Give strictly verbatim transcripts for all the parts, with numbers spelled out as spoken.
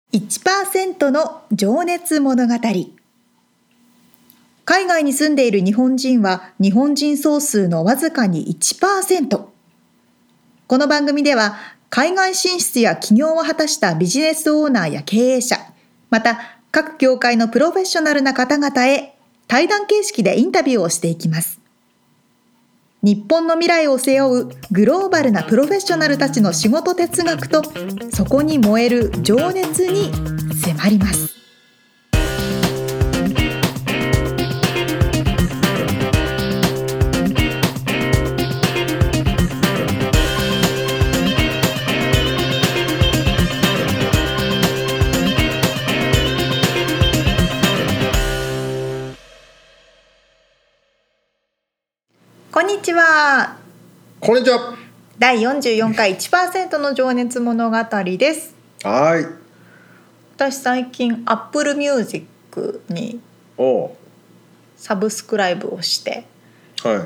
いちパーセント の情熱物語。海外に住んでいる日本人は日本人総数のわずかに いちパーセント。この番組では海外進出や起業を果たしたビジネスオーナーや経営者、また各業界のプロフェッショナルな方々へ対談形式でインタビューをしていきます。日本の未来を背負うグローバルなプロフェッショナルたちの仕事哲学とそこに燃える情熱に迫ります。こんにちは。 こんにちは。 だいよんじゅうよんかい いちパーセント の情熱物語です。 はい。 私最近 Apple Music におサブスクライブをして、 はい。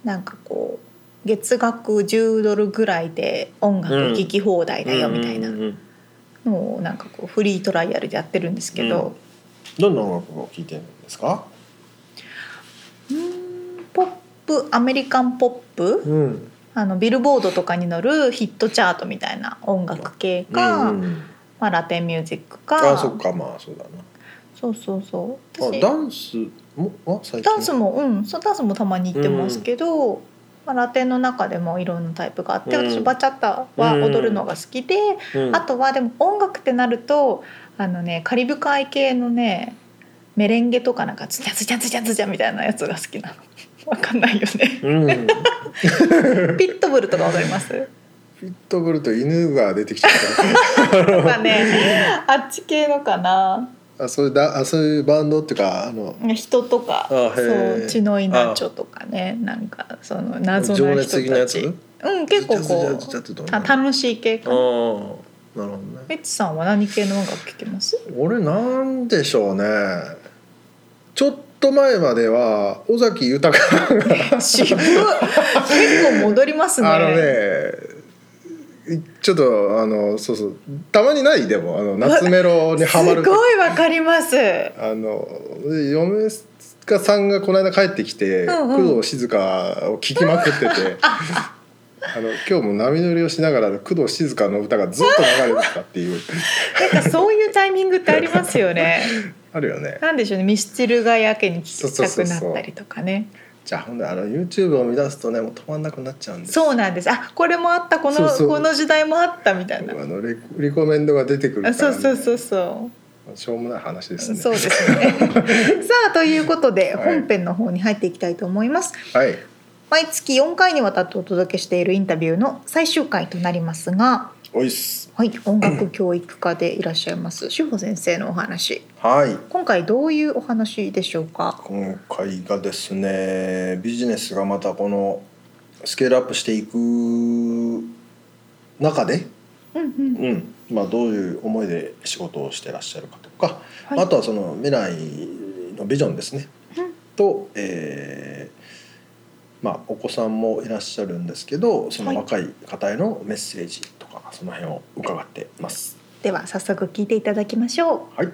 なんかこう月額じゅうドルぐらいで音楽聴き放題だよみたいなのをなんかこうフリートライアルでやってるんですけど、 うん、どんな音楽を聴いてるんですか？ うーんポップ、アメリカンポップ、 うん、 あのビルボードとかに載るヒットチャートみたいな音楽系か、 うんうん、 まあ、ラテンミュージックか。 あ、そっか、まあそうだな。 そうそうそう。 あ、ダンスもあ最近ダンスもうんそうダンスもたまに行ってますけど、うんまあ、ラテンの中でもいろんなタイプがあって、うん、私バチャッタは踊るのが好きで、うん、あとはでも音楽ってなるとあのねカリブ海系のねメレンゲとかなんかツチャツチャツチャツチャみたいなやつが好きなの。わかんないよね、うん、ピットブルとかわかります？ ピットブルと犬が出てきちゃったとかねあっち系のかなあ、そういうだあそういうバンドっていうかあの人とかそう血のイナチョとかねなんかその謎の人たちうん結構こう楽しい系かな。あなるほどね。 メッツさんは何系の音楽聴きます？ 俺なんでしょうね。ちょっと前までは尾崎豊が渋結構戻りますね。 あのねちょっとあのそうそうたまにないでもあの夏メロにハマるすごいわかります。 あの嫁さんがこの間帰ってきて、うんうん、工藤静香を聴きまくっててあの今日も波乗りをしながら工藤静香の歌がずっと流れてたっていうなんかそういうタイミングってありますよねあるよね。 なんでしょうねミスチルがやけに聴きたくなったりとかね。 じゃあほんであの YouTube を見出すとねもう止まんなくなっちゃうんです。 そうなんです。あこれもあったこのそうそうこの時代もあったみたいなあの レ, リコメンドが出てくるから、ね、 そうそうそうそうしょうもない話ですね。 そうですねさあということで本編の方に入っていきたいと思います、 はい、 毎月よんかいにわたってお届けしているインタビューの最終回となりますがおいっす、 はい、音楽教育科でいらっしゃいます志保先生のお話、 はい、 今回どういうお話でしょうか？ 今回がですねビジネスがまたこのスケールアップしていく中で、 うんうんうんまあ、どういう思いで仕事をしてらっしゃるかとか、はい、あとはその未来のビジョンですね、うん、と、えーまあ、お子さんもいらっしゃるんですけどその若い方へのメッセージとか、はい、その辺を伺ってます。 では早速聞いていただきましょう。 はい。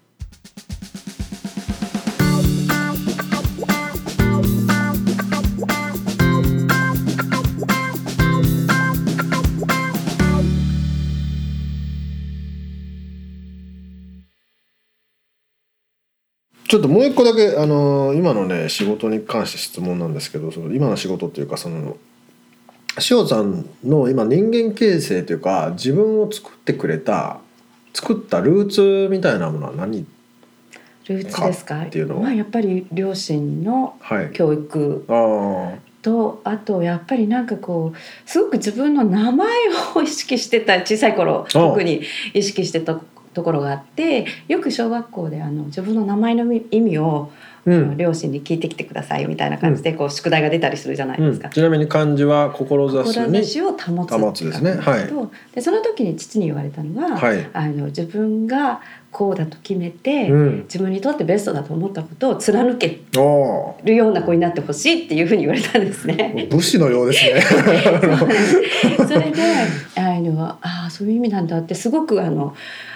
ちょっともう一個だけあの今のね仕事に関して質問なんですけど、その今の仕事っていうかその塩さんの今人間形成というか自分を作ってくれた作ったルーツみたいなものは何ルーツですかっていうのは、 まあ、やっぱり両親の教育と、はい、あ, あとやっぱりなんかこうすごく自分の名前を意識してた小さい頃特に意識してたところがあってよく小学校であの自分の名前の意味を、うん、両親に聞いてきてくださいみたいな感じでこう宿題が出たりするじゃないですか、 うん、ちなみに漢字は志すに志を保つ保つですね、はい、 でその時に父に言われたのが、はい、あの自分がこうだと決めて、うん、自分にとってベストだと思ったことを貫けるような子になってほしいっていうふうに言われたんですね。 武士のようですねそれであのあそういう意味なんだってすごくあの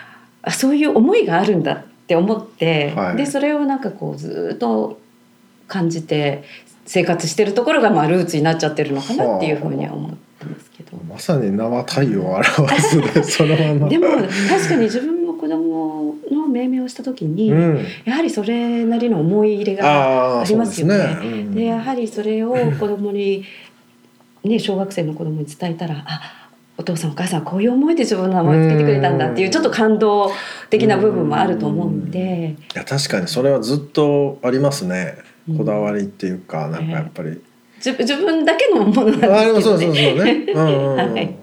あそういう思いがあるんだって思って、 はい、 でそれをなんかこうずっと感じて生活してるところがまあルーツになっちゃってるのかなっていうふうには思ってますけど、 まさに名は太陽を表すでそのままでも確かに自分も子供の命名をした時に、うん、やはりそれなりの思い入れがありますよね。で、ねうん、でやはりそれを子供に、ね、小学生の子供に伝えたらあお父さんお母さんこういう思いで自分の名前をつけてくれたんだっていうちょっと感動的な部分もあると思うんで、 いや確かにそれはずっとありますね。こだわりっていうかなんかやっぱり、えー、 自, 自分だけのものなんですけどね。 あそうそうそうね、うんうんうんはい、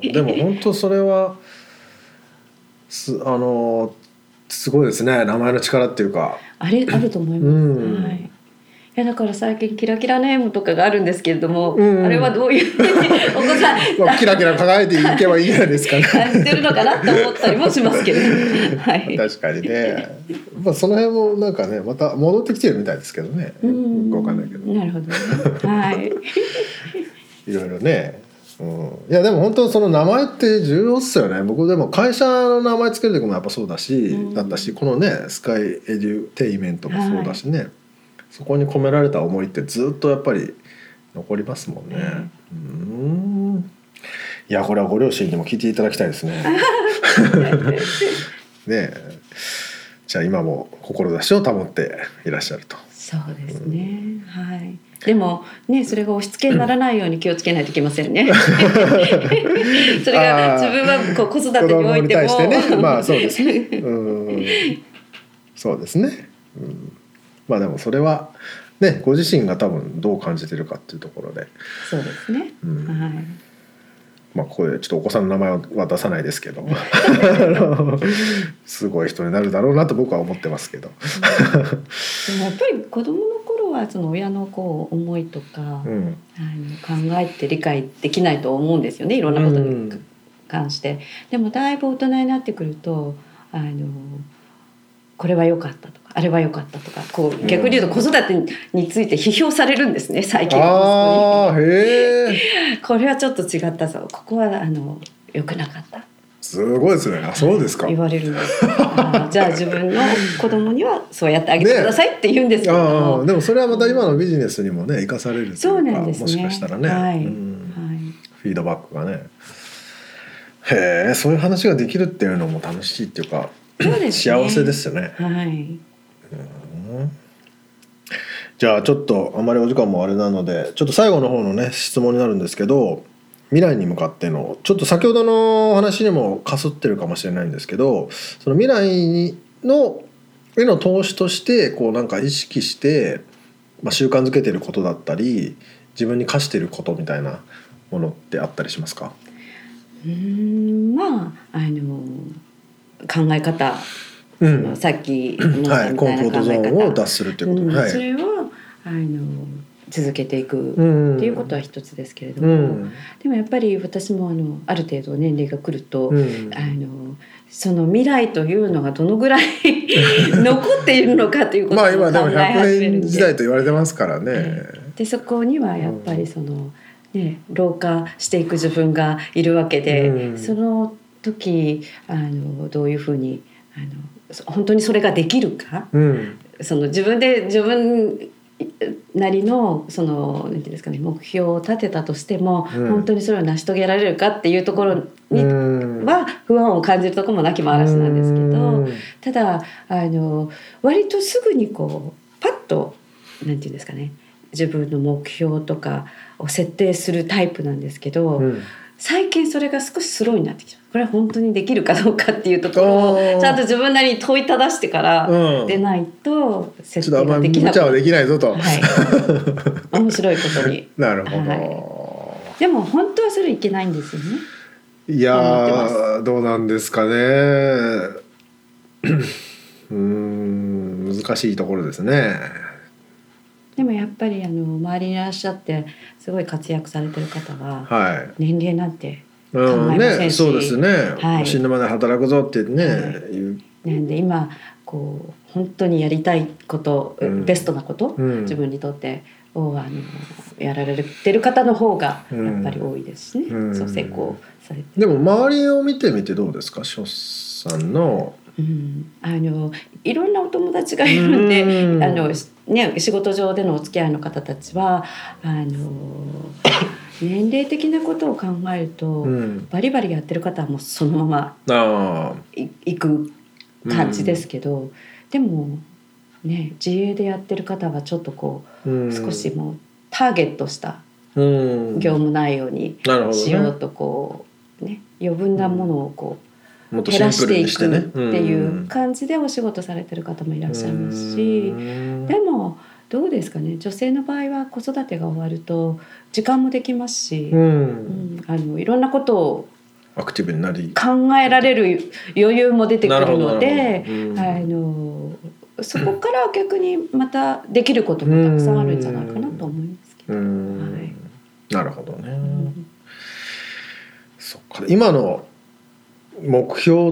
でも本当それはすあのすごいですね。名前の力っていうかあれあると思います、うんはい、いやだから最近キラキラネームとかがあるんですけれども、うん、あれはどういうお子さんキラキラ輝いていけばいいじゃないですかね感じてるのかなと思ったりもしますけど、はい、 確かにね、まあ、その辺もなんかねまた戻ってきてるみたいですけどね。よくわかんないけど。 なるほど、ね、はいいろいろね、うん、いやでも本当その名前って重要っすよね。僕でも会社の名前つける時もやっぱそうだし、うん、だったしこのねスカイエデュテイメントもそうだしね、はい、そこに込められた思いってずっとやっぱり残りますもんね、うん、うんいやこれはご両親にも聞いていただきたいですねねえじゃあ今も志を保っていらっしゃると。 そうですね、うん、はいでもねそれが押し付けにならないように気をつけないといけませんねそれが自分はこう子育てにおいても子供に対してねまあそうですねうんそうですね、うん、まあでもそれはねご自身が多分どう感じてるかっていうところでそうですね、うんはいまあ、ここでちょっとお子さんの名前は出さないですけどすごい人になるだろうなと僕は思ってますけどでもやっぱり子供の頃はその親のこう思いとか、うん、あの考えて理解できないと思うんですよねいろんなことに関して、うん、でもだいぶ大人になってくるとあのこれは良かったとかあれは良かったとかこう逆に言うと子育てについて批評されるんですね最近の息子に。あへーこれはちょっと違ったぞここはあの良くなかったすごいですね。あそうですか言われるんですあじゃあ自分の子供にはそうやってあげてくださいって言うんですけども、 ね、あでもそれはまた今のビジネスにもね生かされるというかそうなんですねもしかしたらね、 はいうんはい、フィードバックがねへえそういう話ができるっていうのも楽しいっていうかそうです、ね、幸せですよね、 はいうんじゃあちょっとあまりお時間もあれなのでちょっと最後の方のね質問になるんですけど未来に向かってのちょっと先ほどの話にもかすってるかもしれないんですけどその未来のへの投資としてこうなんか意識して、まあ、習慣づけてることだったり自分に課してることみたいなものってあったりしますか？ うーんまああの考え方うん、そのさっきのはい、コンフォートゾーンを脱するということ、 うんはい、 それをあの続けていくっていうことは一つですけれども、うん、でもやっぱり私もあのある程度年齢が来ると、うん、あのその未来というのがどのぐらい残っているのかということを考え始めるんで、まあ今でもひゃくねん時代と言われてますからね。でそこにはやっぱりその、ね、老化していく自分がいるわけで、うん、その時あのどういうふうにあの本当にそれができるか、うん、その自分で自分なりのそのなんていうんですかね目標を立てたとしても、うん、本当にそれを成し遂げられるかっていうところには不安を感じるところもなきもあらずなんですけど、うん、ただあの割とすぐにこうパッとなんていうんですかね自分の目標とかを設定するタイプなんですけど、うん、最近それが少しスローになってきた。これは本当にできるかどうかっていうところをちゃんと自分なりに問いただしてからでないと設定ができなくて、うん、ちょっとあんまり無茶はできないぞと、はい、面白いことになるほど、はい、でも本当はそれいけないんですよね。 いやどうなんですかねうーん難しいところですね。 でもやっぱりあの周りにいらっしゃってすごい活躍されてる方は年齢なんて考えませんし、 うんね、そうですね、はい、死ぬまで働くぞってね、はい、 なんで今こう本当にやりたいこと、うん、ベストなこと、うん、自分にとってをあのやられてる方の方がやっぱり多いですしね、うん、そう成功されて。 でも周りを見てみてどうですか？ショスさんのうん、あのいろんなお友達がいるので、あの、ね、仕事上でのお付き合いの方たちはあの年齢的なことを考えると、うん、バリバリやってる方はもうそのままいいく感じですけど、うん、でも、ね、自営でやってる方はちょっとこう、うん、少しもうターゲットした業務内容にしようとこう、ね、余分なものをこう、減らしていくっていう感じでお仕事されてる方もいらっしゃいますし、でもどうですかね、女性の場合は子育てが終わると時間もできますし、うんうん、あのいろんなことをアクティブになり考えられる余裕も出てくるので、うん、あのそこから逆にまたできることもたくさんあるんじゃないかなと思いますけど、うんはい、 なるほどね、うん、そっか。今の目標って、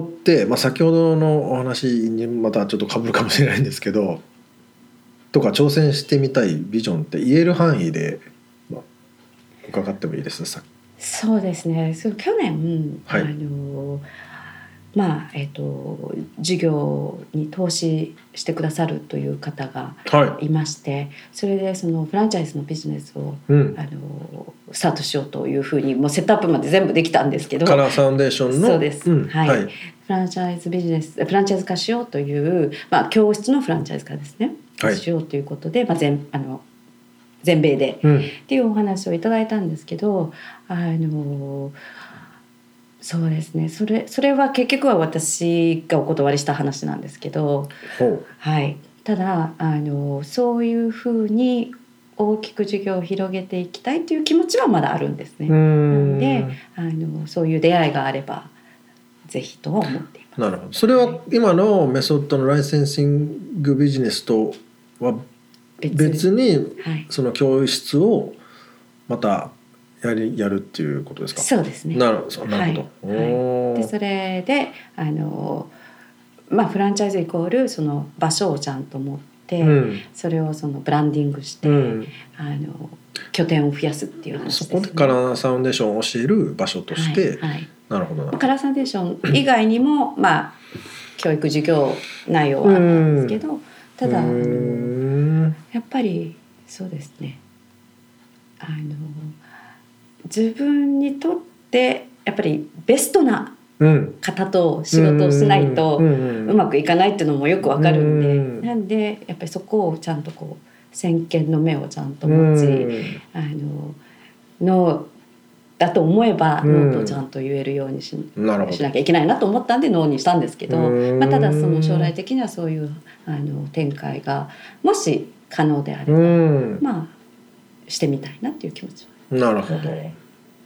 まあ、先ほどのお話にまたちょっと被るかもしれないんですけどとか挑戦してみたいビジョンって言える範囲で、まあ、伺ってもいいですか？ そうですね、その去年、はい、あのまあえーと、事業に投資してくださるという方がいまして、はい、それでそのフランチャイズのビジネスを、うん、あのスタートしようというふうにもうセットアップまで全部できたんですけど、 カラーファウンデーションのそうです、うんはいはい、フランチャイズビジネスフランチャイズ化しようという、まあ、教室のフランチャイズ化ですね、はい、しようということで、まあ、全あの全米で、うん、っていうお話をいただいたんですけど、あのそうですね、それ、それは結局は私がお断りした話なんですけど、はい、ただあのそういうふうに大きく事業を広げていきたいという気持ちはまだあるんですね。なのであのそういう出会いがあればぜひとは思っています。 なるほど。それは今のメソッドのライセンシングビジネスとは別にその教室をまたやりやるっていうことですか？ そうですね。 なるほど、なるほど。 はいはい、でそれであの、まあ、フランチャイズイコールその場所をちゃんと持って、うん、それをそのブランディングして、うん、あの拠点を増やすっていう話ですね。 そこでカラーサウンデーションを教える場所として、はいはい、なるほどな。 カラーサウンデーション以外にも、まあ、教育授業内容はあったんですけど、ただあのやっぱりそうですね、あの自分にとってやっぱりベストな方と仕事をしないとうまくいかないっていうのもよくわかるんで、なんでやっぱりそこをちゃんとこう先見の目をちゃんと持ち、あのノーだと思えばノーとちゃんと言えるように し, しなきゃいけないなと思ったんでノーにしたんですけど、まあ、ただその将来的にはそういうあの展開がもし可能であれば、まあしてみたいなっていう気持ちは。 なるほど、はい、へ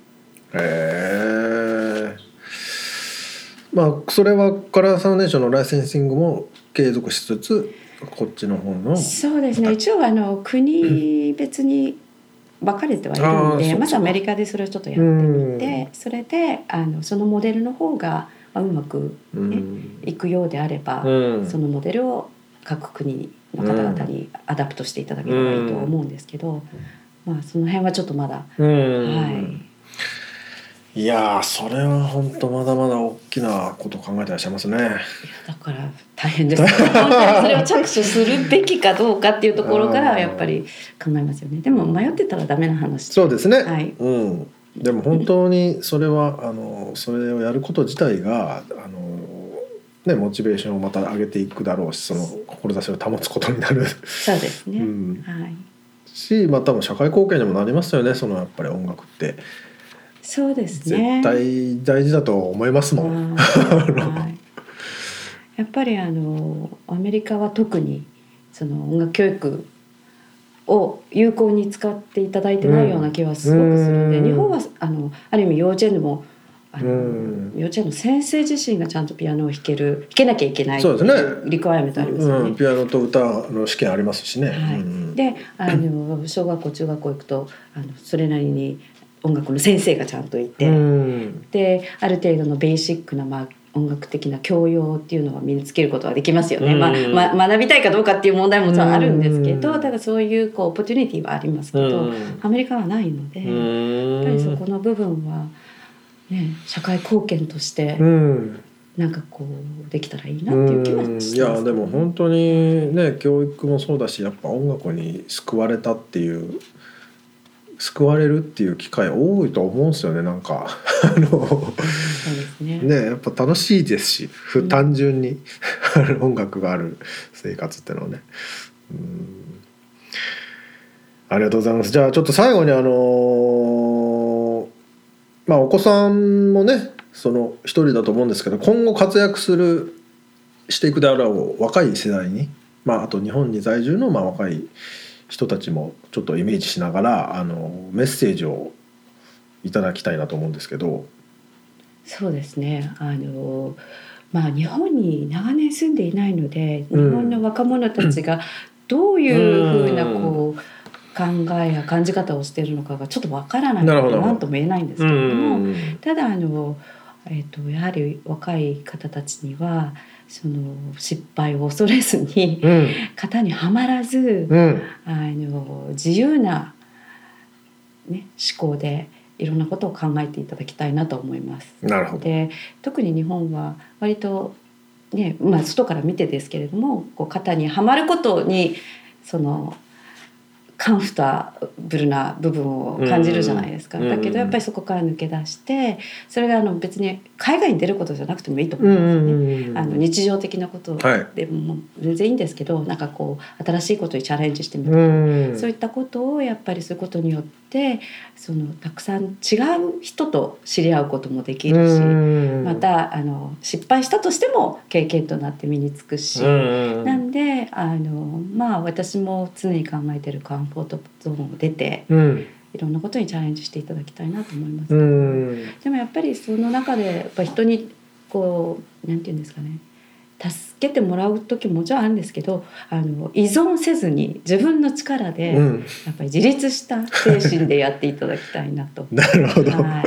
え。まあそれはカラーサウンデーションのライセンシングも継続しつつこっちの方のそうですね、一応あの国別に分かれてはいるので、まずアメリカでそれをちょっとやってみて、それであのそのモデルの方がうまく、ね、いくようであれば、そのモデルを各国の方々にアダプトしていただければいいと思うんですけど、まあ、その辺はちょっとまだ、はい、 いやそれは本当まだまだ大きなことを考えてらっしゃいますね。いやだから大変です本当にそれを着手するべきかどうかっていうところからやっぱり考えますよね。でも迷ってたらダメな話。 そうですね、はい、うん、でも本当にそれはあのそれをやること自体があのね、モチベーションをまた上げていくだろうし、その志を保つことになる。 そうですね、うんはい、 し、まあ多分社会貢献にもなりますよね。そのやっぱり音楽ってそうですね、 絶対大事だと思いますもん、はい、 やっぱりあのアメリカは特にその音楽教育を有効に使っていただいてないような気はすごくするので、うん、日本はあのある意味幼稚園でもあの幼稚園の先生自身がちゃんとピアノを弾ける弾けなきゃいけないっていうリクワイアメントありますよね、うん、 ピアノと歌の試験ありますしね、はいうん、であの小学校中学校行くとあのそれなりに音楽の先生がちゃんといて、うん、である程度のベーシックな、まあ、音楽的な教養っていうのは身につけることができますよね、うんまま、学びたいかどうかっていう問題もあるんですけど、うん、ただそういうこうオポチュニティはありますけど、うん、アメリカはないので、うん、やっぱりそこの部分はね、社会貢献としてなんかこうできたらいいなっていう気はしてます、ね、 いやでも本当にね教育もそうだしやっぱ音楽に救われたっていう救われるっていう機会多いと思うんですよね。なんかあのそうですね、ねやっぱ楽しいですし、うん、単純に音楽がある生活ってのはね、うんありがとうございます。じゃあちょっと最後にあのー、まあお子さんもねその一人だと思うんですけど今後活躍するしていくであろう若い世代に、まあ、あと日本に在住のまあ若い人たちもちょっとイメージしながらあのメッセージをいただきたいなと思うんですけど。 そうですねあの、まあ、日本に長年住んでいないので、うん、日本の若者たちがどういうふうなこう、考えや感じ方をしているのかがちょっとわからないので何とも言えないんですけれども、うん、ただあの、えーと、やはり若い方たちにはその失敗を恐れずに、うん、型にはまらず、うん、あの自由な、ね、思考でいろんなことを考えていただきたいなと思います。 なるほど。 で特に日本は割と、ねまあ、外から見てですけれどもこう型にはまることにそのカンフタブルな部分を感じるじゃないですか、うん、だけどやっぱりそこから抜け出してそれがあの別に海外に出ることじゃなくてもいいと思うんですよね、うん、あの日常的なことでも全然いいんですけど、はい、なんかこう新しいことにチャレンジしてみる、うん、そういったことをやっぱりすることによってそのたくさん違う人と知り合うこともできるし、うん、またあの失敗したとしても経験となって身につくし、うん、なんであの、まあ、私も常に考えてるカンフォートゾーンを出て、うん、いろんなことにチャレンジしていただきたいなと思います、うん、でもやっぱりその中でやっぱ人にこうなんていうんですかね助けてもらう時ももちろんあるんですけどあの依存せずに自分の力でやっぱり自立した精神でやっていただきたいなとなるほど、 はい、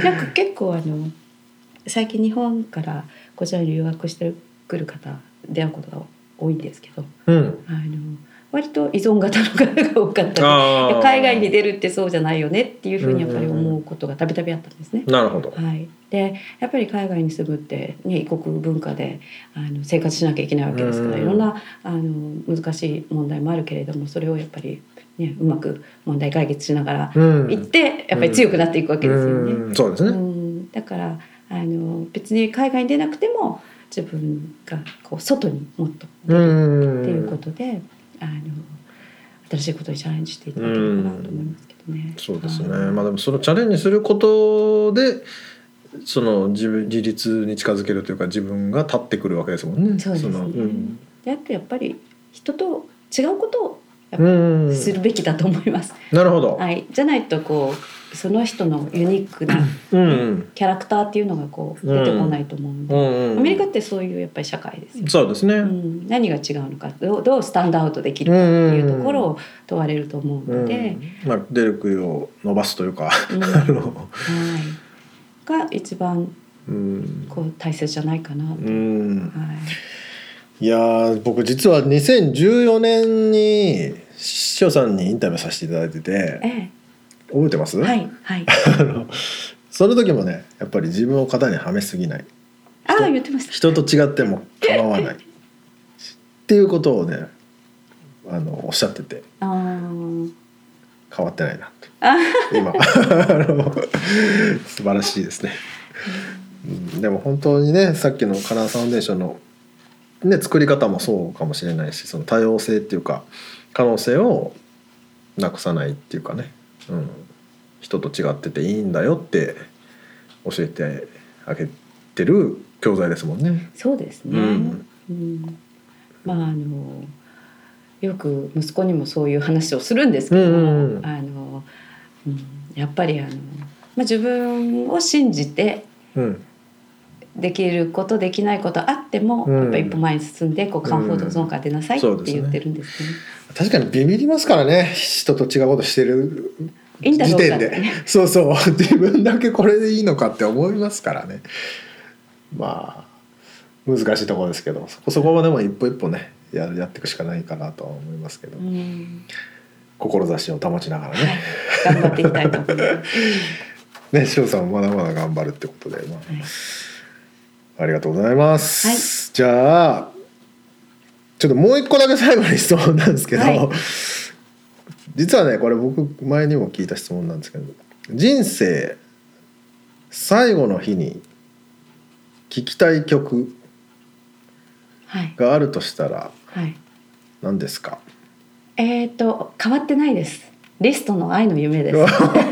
なんか結構あの最近日本からこちらに留学してくる方出会うことが多いんですけど、うん、あの割と依存型の方が多かったり海外に出るってそうじゃないよねっていうふうにやっぱり思うことがたびたびあったんですね。 なるほど、 はい、でやっぱり海外に住むって、ね、異国文化であの生活しなきゃいけないわけですからいろんなあの難しい問題もあるけれどもそれをやっぱり、ね、うまく問題解決しながらいってやっぱり強くなっていくわけですよね。 うんうん、そうですね、 うん、だからあの別に海外に出なくても自分がこう外にもっと出るっていうことであの新しいことにチャレンジしていただけるかなと思いますけどね。 そうですね。まあでもそのチャレンジすることでその自分自立に近づけるというか自分が立ってくるわけですもんね。 そうですね。その、うん、であとやっぱり人と違うことをやっぱするべきだと思います。 なるほど。 はい。じゃないとこうその人のユニークなキャラクターっていうのがこう出てこないと思うので、うんうん、アメリカってそういうやっぱり社会ですよね。 そうですね、 うん、何が違うのかどう、どうスタンドアウトできるかっていうところを問われると思うので、 うんまあ、出力を伸ばすというか、うんはい、が一番こう大切じゃないかなと、うんはい、いや僕実はにせんじゅうよねんに師匠さんにインタビューさせていただいてて、ええ覚えてます？ はいはい。 あのその時もねやっぱり自分を型にはめすぎない。 ああ言ってました。 人と違っても構わないっていうことをねあのおっしゃっててあ変わってないなと今あの素晴らしいですね、うん、でも本当にねさっきのカラーファンデーションの、ね、作り方もそうかもしれないしその多様性っていうか可能性をなくさないっていうかね、うん、人と違ってていいんだよって教えてあげてる教材ですもんね。 そうですね、うんうん、まああのよく息子にもそういう話をするんですけども、うんうん、あのうん、やっぱりあの、まあ、自分を信じてできることできないことあっても、うん、やっぱり一歩前に進んでこうカンフォートゾーンから出なさいって言ってるんですね、 うん、確かにビビりますからね人と違うことしてる時点で、ね、そうそう自分だけこれでいいのかって思いますからね。まあ難しいところですけどそこそこはでも一歩一歩ね や, やっていくしかないかなとは思いますけど、うん、志を保ちながらね、 はい、頑張っていきたいと思いますね、しおさんもまだまだ頑張るってことで、まあ、はい、 ありがとうございます、 はい、 じゃあちょっともう一個だけ最後に質問なんですけど、はい、実はねこれ僕前にも聞いた質問なんですけど、人生最後の日に聴きたい曲があるとしたら何ですか？はい、 えーと変わってないです。リストの愛の夢です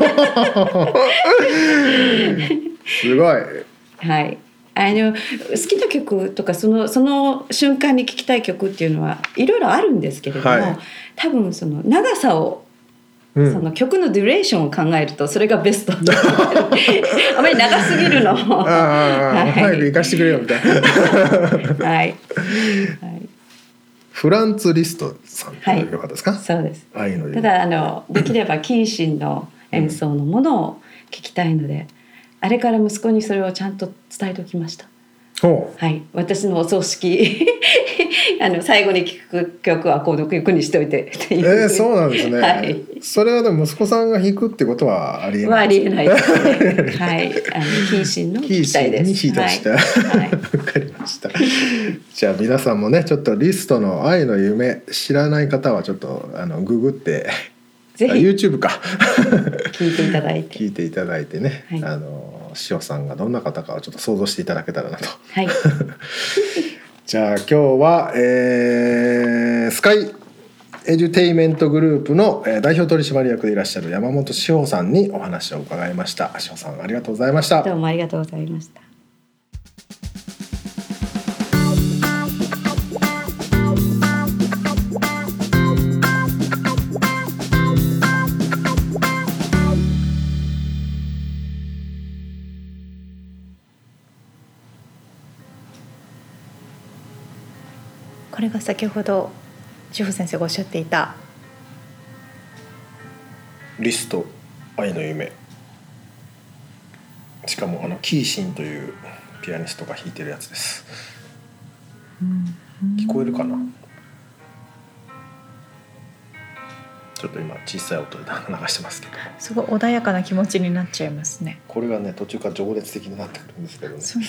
すごい。 はい、あの好きな曲とかその、その瞬間に聴きたい曲っていうのはいろいろあるんですけれども、はい、多分その長さを、うん、その曲のデュレーションを考えるとそれがベストあまり長すぎるのあ、 はい、早く行かしてくれよみたいなはい、はい、フランツ・リストさんという方ですか？はい、 そうです。 愛のただあのできればキーシンの演奏のものを聴きたいので、あれから息子にそれをちゃんと伝えておきました。はい、私のお葬式あの最後に聴く曲はこの曲にしといてっていう。 えー、そうなんですね、はい、それはでも息子さんが弾くってことはありえないです、ね、 ありえないですねはい、あのキーシンの聴きたいです。 キーシンに弾いてました、はい、分かりましたじゃあ皆さんもねちょっとリストの愛の夢知らない方はちょっとあのググってぜひ YouTube か聞いていただいて聞いていただいてね、はい、あの塩さんがどんな方かをちょっと想像していただけたらなと、はい、じゃあ今日は、えー、スカイエデュテイメントグループの代表取締役でいらっしゃる山本志保さんにお話を伺いました。志保さんありがとうございました。 どうもありがとうございました。 これが先ほど志保先生がおっしゃっていたリスト愛の夢、しかもあのキーシンというピアニストが弾いてるやつです、うん、聞こえるかな。ちょっと今小さい音で流してますけど、 すごい穏やかな気持ちになっちゃいますね。 これがね途中から情熱的になってくるんですけどね。そう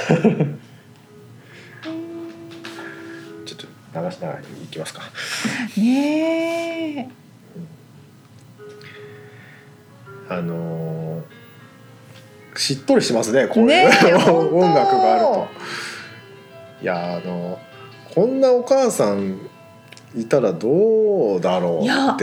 ちょっと流しながらいきますかねえ、 うん、あのー、しっとりしますねこういう、ね、音楽があると。いやあのこんなお母さんいたらどうだろうって。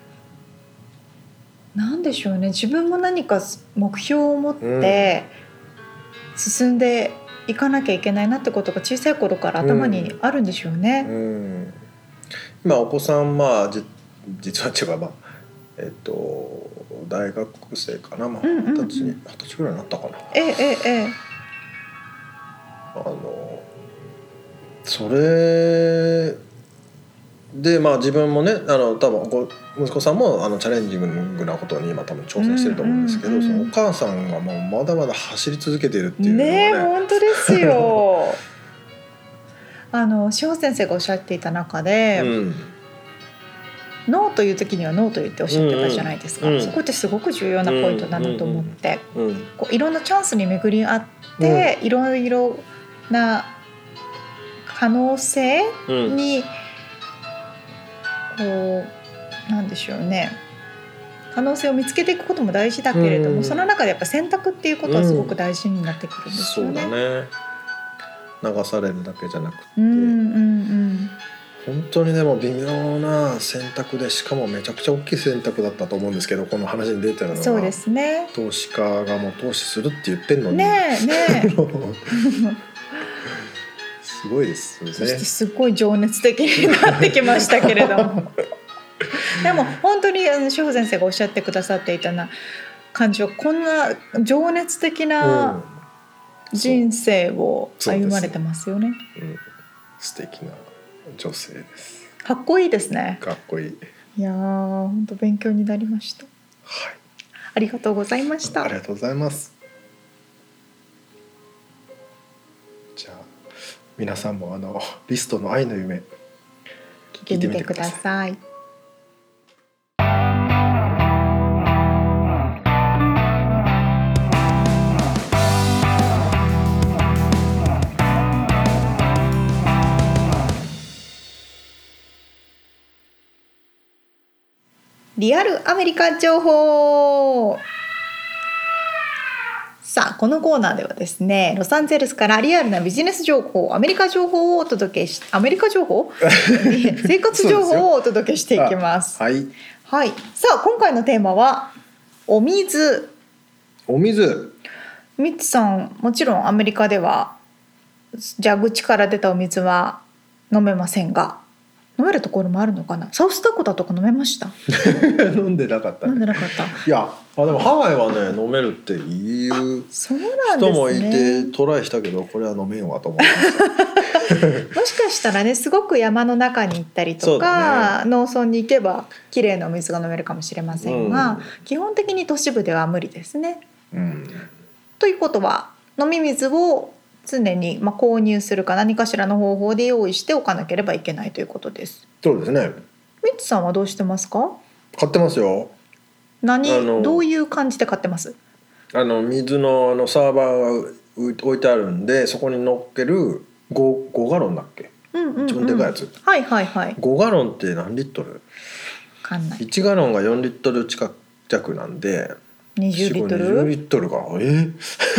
なんでしょうね、自分も何か目標を持って進んでいかなきゃいけないなってことが小さい頃から頭にあるんでしょうね、うんうん、 今お子さんまあじ実は違う、まあえっと大学生かな、まあ、二十歳に二十歳ぐらいになったかな。 ええええあのそれでまあ自分もねあの多分息子さんもあのチャレンジングなことに今多分挑戦してると思うんですけど、うんうんうん、そのお母さんがもうまだまだ走り続けているっていうのがね。 ねえ本当ですよあの志保先生がおっしゃっていた中で、うん、ノーという時にはノーと言っておっしゃってたじゃないですか、うんうん、そこってすごく重要なポイントだなと思って、うんうん、こういろんなチャンスに巡り合って、うん、いろいろな可能性に、うんこうなんでしょうね、可能性を見つけていくことも大事だけれども、うん、その中でやっぱ選択っていうことはすごく大事になってくるんですよね、 うん、そうだね。流されるだけじゃなくて、うんうんうん、本当にでも微妙な選択で、しかもめちゃくちゃ大きい選択だったと思うんですけど、この話に出てるのはそうですね、 投資家がもう投資するって言ってんのにねえねえすごいですよね。 そしてすごい情熱的になってきましたけれどもでも本当に志保先生がおっしゃってくださっていたな感じは、こんな情熱的な人生を歩まれてますよね、うんうん、 素敵な女性です。 かっこいいですね。 かっこいい。 いや本当勉強になりました。はい、ありがとうございました。 ありがとうございます。じゃあ皆さんもあのリストの愛の夢聞いてみてください。 リアルアメリカ情報。さあこのコーナーではですね、ロサンゼルスからリアルなビジネス情報、アメリカ情報をお届けしアメリカ情報生活情報をお届けしていきます。 はい、 はい、さあ今回のテーマはお水。 お水。 ミッツさん、もちろんアメリカでは蛇口から出たお水は飲めませんが、飲めるところもあるのかな。サウスダコタとか飲めました？ 飲んでなかった、ね、 飲んでなかった。 いや、あでもハワイはね飲めるっていう人もいてトライしたけど、これは飲めんわと思いましたもしかしたらね、すごく山の中に行ったりとか、ね、農村に行けばきれいなお水が飲めるかもしれませんが、うん、基本的に都市部では無理ですね、うん、ということは飲み水を常にまあ購入するか何かしらの方法で用意しておかなければいけないということです。 そうですね。 ミッツさんはどうしてますか？ 買ってますよ。 何どういう感じで買ってます？ あの水の、あのサーバーが置いてあるんで、そこに乗っける 5, 5ガロンだっけ、うんうんうん、一番でかいやつ、 はいはいはい。 ごガロンって何リットル？ 分かんない。 いちガロンがよんリットル近く弱なんでにじゅうリットル？ にじゅうリットルか。え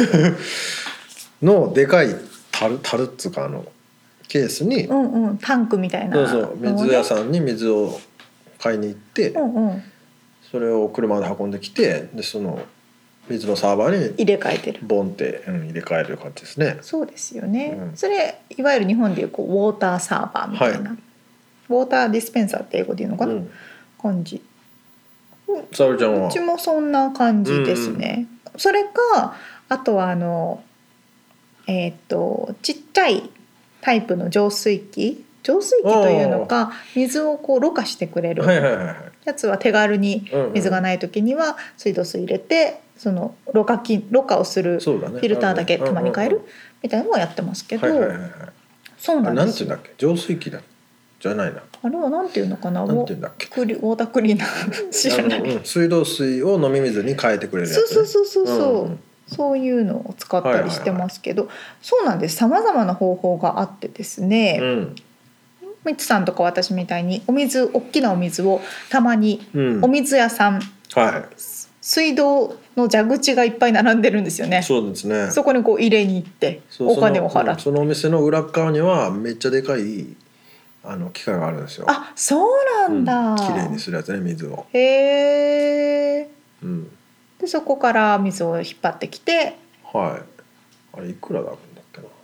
のでかいタルタルっつうか、あのケースに、 うんうん、タンクみたいな、 そうそう、水屋さんに水を買いに行って、うんうん、それを車で運んできて、でその水のサーバーに入れ替えてる、 ボンって、うん、入れ替える感じですね。 そうですよね、うん、それいわゆる日本でいうこうウォーターサーバーみたいな、はい、ウォーターディスペンサーって英語で言うのかな、うん、感じ。 沙織ちゃんは？ うちもそんな感じですね、うんうん、それかあとはあのえー、とちっちゃいタイプの浄水器浄水器というのか、水をこうろ過してくれるやつは手軽に水がない時には水道水入れて、そのろ過器ろ過をするフィルターだけたまに変えるみたいなのはやってますけど、そうなんですよ。 なんていうんだっけ、浄水器だじゃないな、 あれはなんていうのかな、 なんていうんだっけ、 ウォータークリーナー知らない、 うん、水道水を飲み水に変えてくれるやつ、ね、 そうそうそうそうそう、うんうん、そういうのを使ったりしてますけど、はいはいはい、そうなんです。様々な方法があってですね、うん、ミツさんとか私みたいにお水、大きなお水をたまにお水屋さん、うん、はい、水道の蛇口がいっぱい並んでるんですよね。 そうですね。 そこにこう入れに行ってお金を払って、 そのお店の裏側にはめっちゃでかいあの機械があるんですよ。 あ、そうなんだ、うん、 きれいにするやつね、水を。 へー、うん、でそこから水を引っ張ってきて、 はい、あれいくらだろうんだっけな、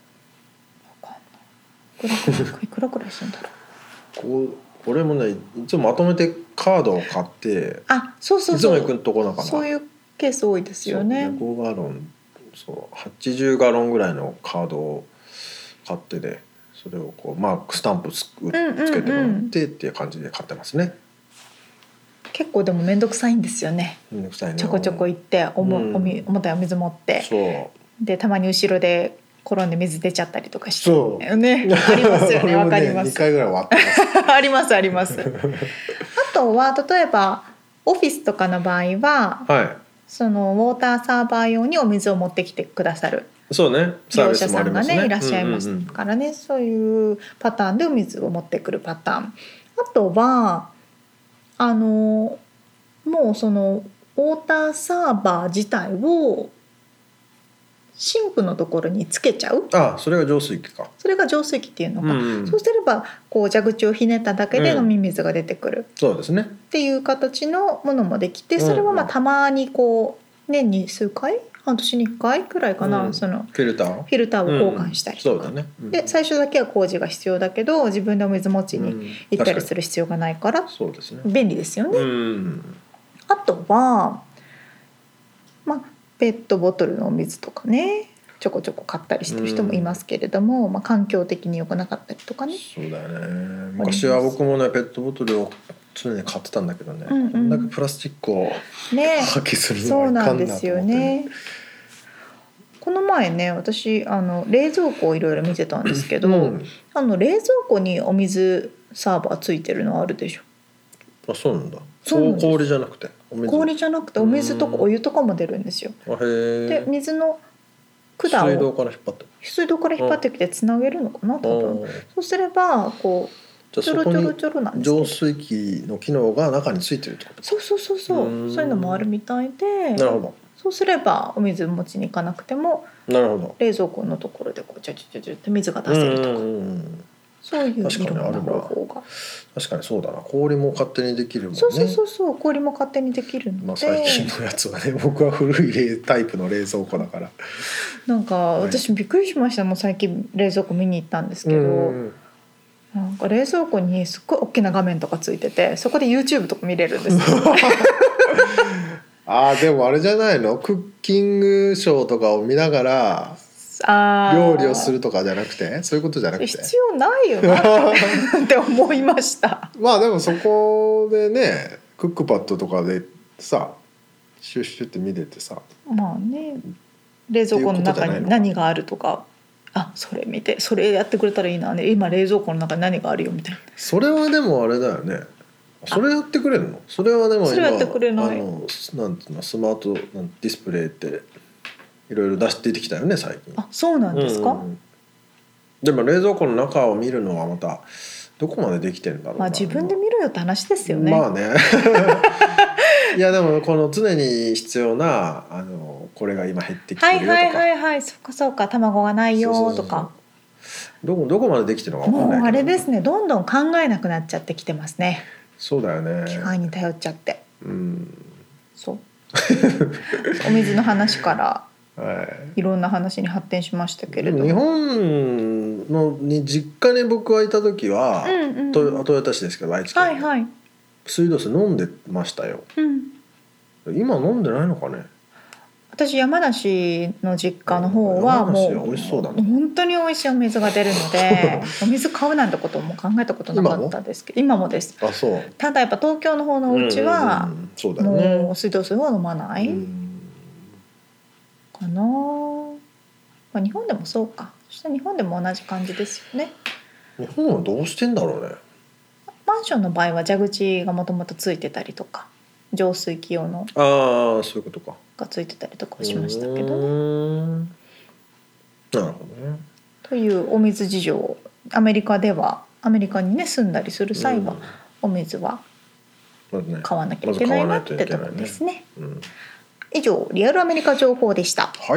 分かんない、いくらいくらくらいするんだろうこう俺もね、いつもまとめてカードを買って、 あ、そうそうそう、 いつも行くとこだから、 そういうケース多いですよね。 そうね、ごガロン、そうはちじゅうガロンぐらいのカードを買ってで、それをこうマークスタンプつ, つけてもらってっていう感じで買ってますね、うんうんうん、 結構でも面倒くさいんですよね。 めんどくさいね。 ちょこちょこ行っておも、うん、おみ重たいお水持って、そうでたまに後ろで転んで水出ちゃったりとかして、そう、ね、ありますよね。わかります。 にかいぐらいはあってますありますありますあとは例えばオフィスとかの場合は、はい、そのウォーターサーバー用にお水を持ってきてくださる、 そうね、 業者さんがねいらっしゃいますからね、うんうんうん、そういうパターンでお水を持ってくるパターン。あとはあのもうそのウォーターサーバー自体をシンクのところにつけちゃう。 ああ、それが浄水器か。 それが浄水器っていうのか、うんうん、そうすればこう蛇口をひねっただけで飲み水が出てくる、うん、 そうですねっていう形のものもできて、それはまあたまにこう年に数回半年にいっかいくらいかな、うん、そのフィルターフィルターを交換したりとか、うん、そうだね、うん、で最初だけは工事が必要だけど自分でお水持ちに行ったりする必要がないから、うん、そうですね、便利ですよね、うん、あとはまあペットボトルのお水とかねちょこちょこ買ったりしてる人もいますけれども、うん、まあ、環境的に良くなかったりとかね。 そうだよね。昔は僕もねペットボトルを常に買ってたんだけどね、うんうん、こんだけプラスチックを、ね、破棄するのはいかんなと思って、ね、そうなんですよね。この前ね私あの冷蔵庫をいろいろ見てたんですけど、うん、あの冷蔵庫にお水サーバーついてるのあるでしょ。 あ、そうなんだ。そう氷じゃなくてお水氷じゃなくてお水とかお湯とかも出るんですよ。あ、へー。で水の管を水道から引っ張って水道から引っ張ってきてつなげるのかな多分。そうすればこうじゃあそこに浄水器の機能が中についてるってことか。 そうそうそうそう、そういうのもあるみたいで、 なるほど。 そうすればお水持ちに行かなくても、 なるほど、 冷蔵庫のところでこうチャチャチャチャって水が出せるとか、うん、そういういろんな方法が。 確かにそうだな、氷も勝手にできるもんね。 そうそうそうそう、氷も勝手にできるので、 まあ、最近のやつはね、僕は古いタイプの冷蔵庫だからなんか私びっくりしました。もう最近冷蔵庫見に行ったんですけど、うんなんか冷蔵庫にすっごい大きな画面とかついてて、そこで YouTube とか見れるんですよあーでもあれじゃないの、クッキングショーとかを見ながら料理をするとかじゃなくて、そういうことじゃなくて必要ないよなって思いましたまあでもそこでね、クックパッドとかでさシュッシュって見れてさ、 まあね、冷蔵庫の中に何があるとか、あ、それ見てそれやってくれたらいいな、ね、今冷蔵庫の中に何があるよみたいな。 それはでもあれだよね、それやってくれるの？それはでも今それやってくれない、 あのなんていうの、スマートなんディスプレイっていろいろ出して出てきたよね最近。 あ、そうなんですか、うんうん、 でも冷蔵庫の中を見るのはまたどこまでできてるんだろうな。 まあ自分で見ろよって話ですよね。 まあねいやでもこの常に必要なあのこれが今減ってきてるよとか、 はいはいはいはい、そっかそっか、卵がないよとか、 どこどこまでできてるのか分かんないけど、 もうあれですね、どんどん考えなくなっちゃってきてますね。 そうだよね、 機械に頼っちゃって、 うん、 そうお水の話からはい、 いろんな話に発展しましたけれども、 日本のに実家に僕がいた時は、うんうんうん、豊田市ですけど愛知県、はいはい、水道水飲んでましたよ、うん、今飲んでないのかね。 私山梨の実家の方はもう美味しそうだね、本当に美味しいお水が出るのでお水買うなんてことも考えたことなかったですけど、今もです。 あ、そう。 ただやっぱ東京の方のお家はもう水道水を飲まない、うん、かな、まあ、日本でもそうか。そしたら日本でも同じ感じですよね。 日本はどうしてんだろうね。 マンションの場合は蛇口がもともとついてたりとか、浄水器用のああそういうことかがついてたりとかしましたけど、 ね、なるほどね。 というお水事情、アメリカではアメリカにね住んだりする際はお水は買わなきゃいけないなってところですね。うん、以上リアルアメリカ情報でした。 はい。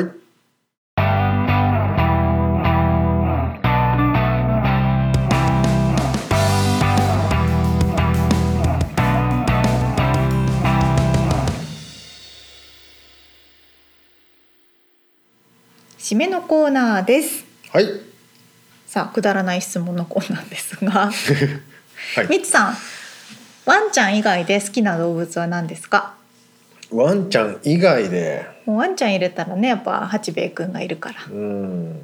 締めのコーナーです。 はい。 さあくだらない質問のコーナーですが、はい、みつさん、ワンちゃん以外で好きな動物は何ですか？ ワンちゃん以外で、 もうワンちゃん入れたらね、やっぱ八兵衛くんがいるから。うーん、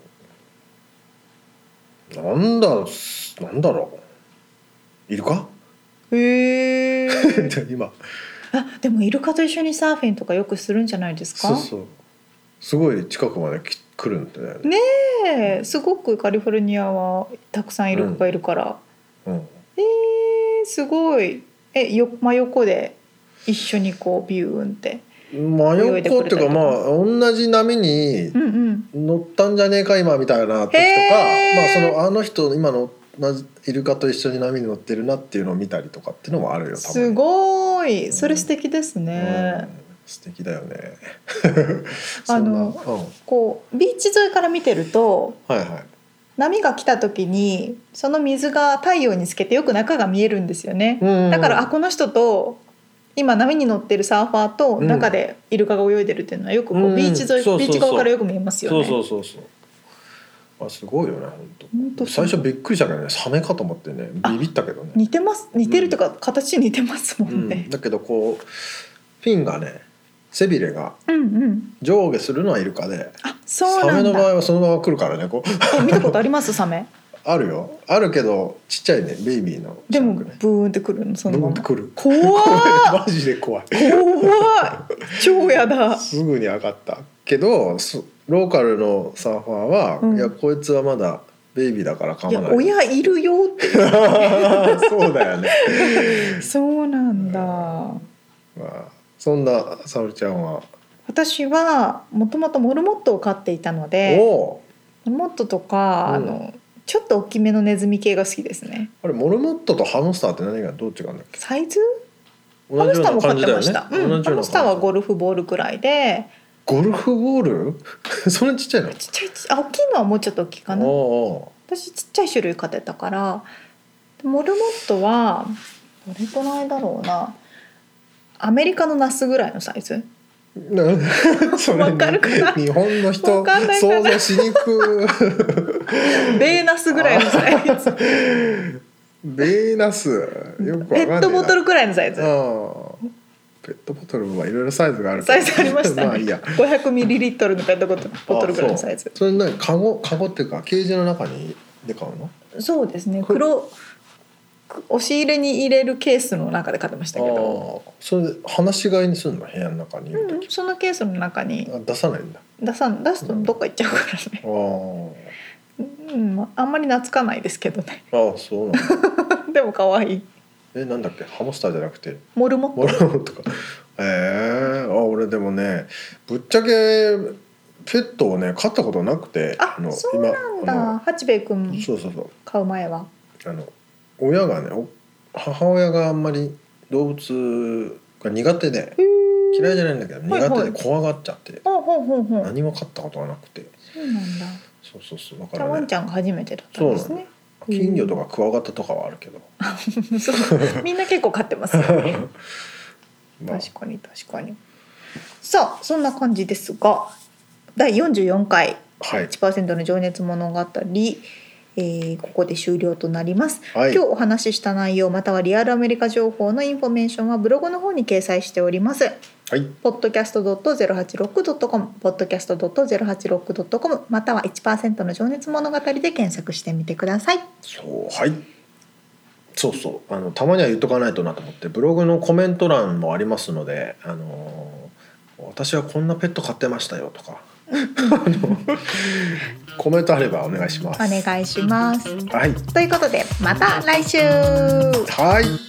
なんだなんだろう、イルカ？ へえ今あ、でもイルカと一緒にサーフィンとかよくするんじゃないですか？ そうそう、すごい近くまで来るんだよね。 ねえ、すごくカリフォルニアはたくさんイルカがいるから、うんうん、えー、すごい。え、よ真横で一緒にこうビューンって真横っていうか、まあ同じ波に乗ったんじゃねえか今みたいな時とか、まあそのあの人今のイルカと一緒に波に乗ってるなっていうのを見たりとかっていうのもあるよ。 すごい、それ素敵ですね、うんうん、 素敵だよねあの、うん、こうビーチ沿いから見てると、はいはい、波が来た時にその水が太陽につけてよく中が見えるんですよね、うんうん、だからあこの人と今波に乗ってるサーファーと中でイルカが泳いでるっていうのはよくこうビーチ沿い、うん、ビーチ側からよく見えますよね。 そうそうそうそう、あ、すごいよね本当。最初びっくりしたけどね、サメかと思ってね、ビビったけどね。 似てます、似てるというか、うん、形似てますもんね、 うん、だけどこうフィンがね、背びれが上下するのはイルカで、うんうん、あ、そうなんだ。サメの場合はそのまま来るからね。こう見たことありますサメ？ あるよ、あるけどちっちゃいね、ベイビーの、ね、 でもブーンってくるの、そのままブーンってくる。 怖いマジで怖い怖い、超やだ。 すぐに上がったけど、ローカルのサーファーは、うん、いやこいつはまだベイビーだから構わない、 いや親いるよってそうだよねそうなんだ、まあ、そんな沙織ちゃんは？ 私はもともとモルモットを飼っていたので、モルモットとか、うん、あのちょっと大きめのネズミ系が好きですね。 あれモルモットとハムスターって何がどう違うんだっけ？ サイズ？ 同じような感じだよね。 ハムスターも飼ってました、うん、ハムスターはゴルフボールくらいで。 ゴルフボールそんなちっちゃいの？ ちっちゃいちあ大きいのはもうちょっと大きいかな。私ちっちゃい種類飼ってたから。モルモットはどれくらいだろうな、アメリカのナスぐらいのサイズ。わかるかな？ 日本の人想像しにくベーナスぐらいのサイズ。 ベーナスよくわかんないな。 ペットボトルくらいのサイズ。 ペットボトルはいろいろサイズがあるサイズありましたね。 まあいいや。 ごひゃくミリリットルのペットボトルぐらいのサイズ。 それ何カゴカゴっていうかケージの中にで買うの？ そうですね。黒押し入れに入れるケースの中で買ってましたけど。 あそれで放し飼いにするの？部屋の中にいる時、 うん、そのケースの中に出さないんだ。 出さ出すとどっか行っちゃうからね。あ、うん、あんまり懐かないですけどね。 ああそうなんだ。 でも可愛い。 えなんだっけハムスターじゃなくてモルモット。 モルモットか。えー、あ俺でもねぶっちゃけペットをね飼ったことなくて。 あのそうなんだ。八兵衛くんそうそうそう飼う前はあの親がね母親があんまり動物が苦手で嫌いじゃないんだけど苦手で怖がっちゃって、はいはい、何も飼ったことがなくて。 そうなんだ。 そうそうそうだからね。 ワンちゃんが初めてだったんですね。 金魚とかクワガタとかはあるけどそうみんな結構飼ってますよね。まあ、確かに確かに。さあそんな感じですがだいよんじゅうよんかい、はい、いちパーセント の情熱物語、えー、ここで終了となります、はい、今日お話しした内容またはリアルアメリカ情報のインフォメーションはブログの方に掲載しております。はい、ポッドキャスト ドットゼロはちろくドットコム ポッドキャスト ドットゼロはちろくドットコム または いちパーセント の情熱物語で検索してみてください。 そうはいそうそうあのたまには言っとかないとなと思ってブログのコメント欄もありますので、あの私はこんなペット飼ってましたよとかコメントあればお願いします。 お願いします。 はい。 ということでまた来週。 はい。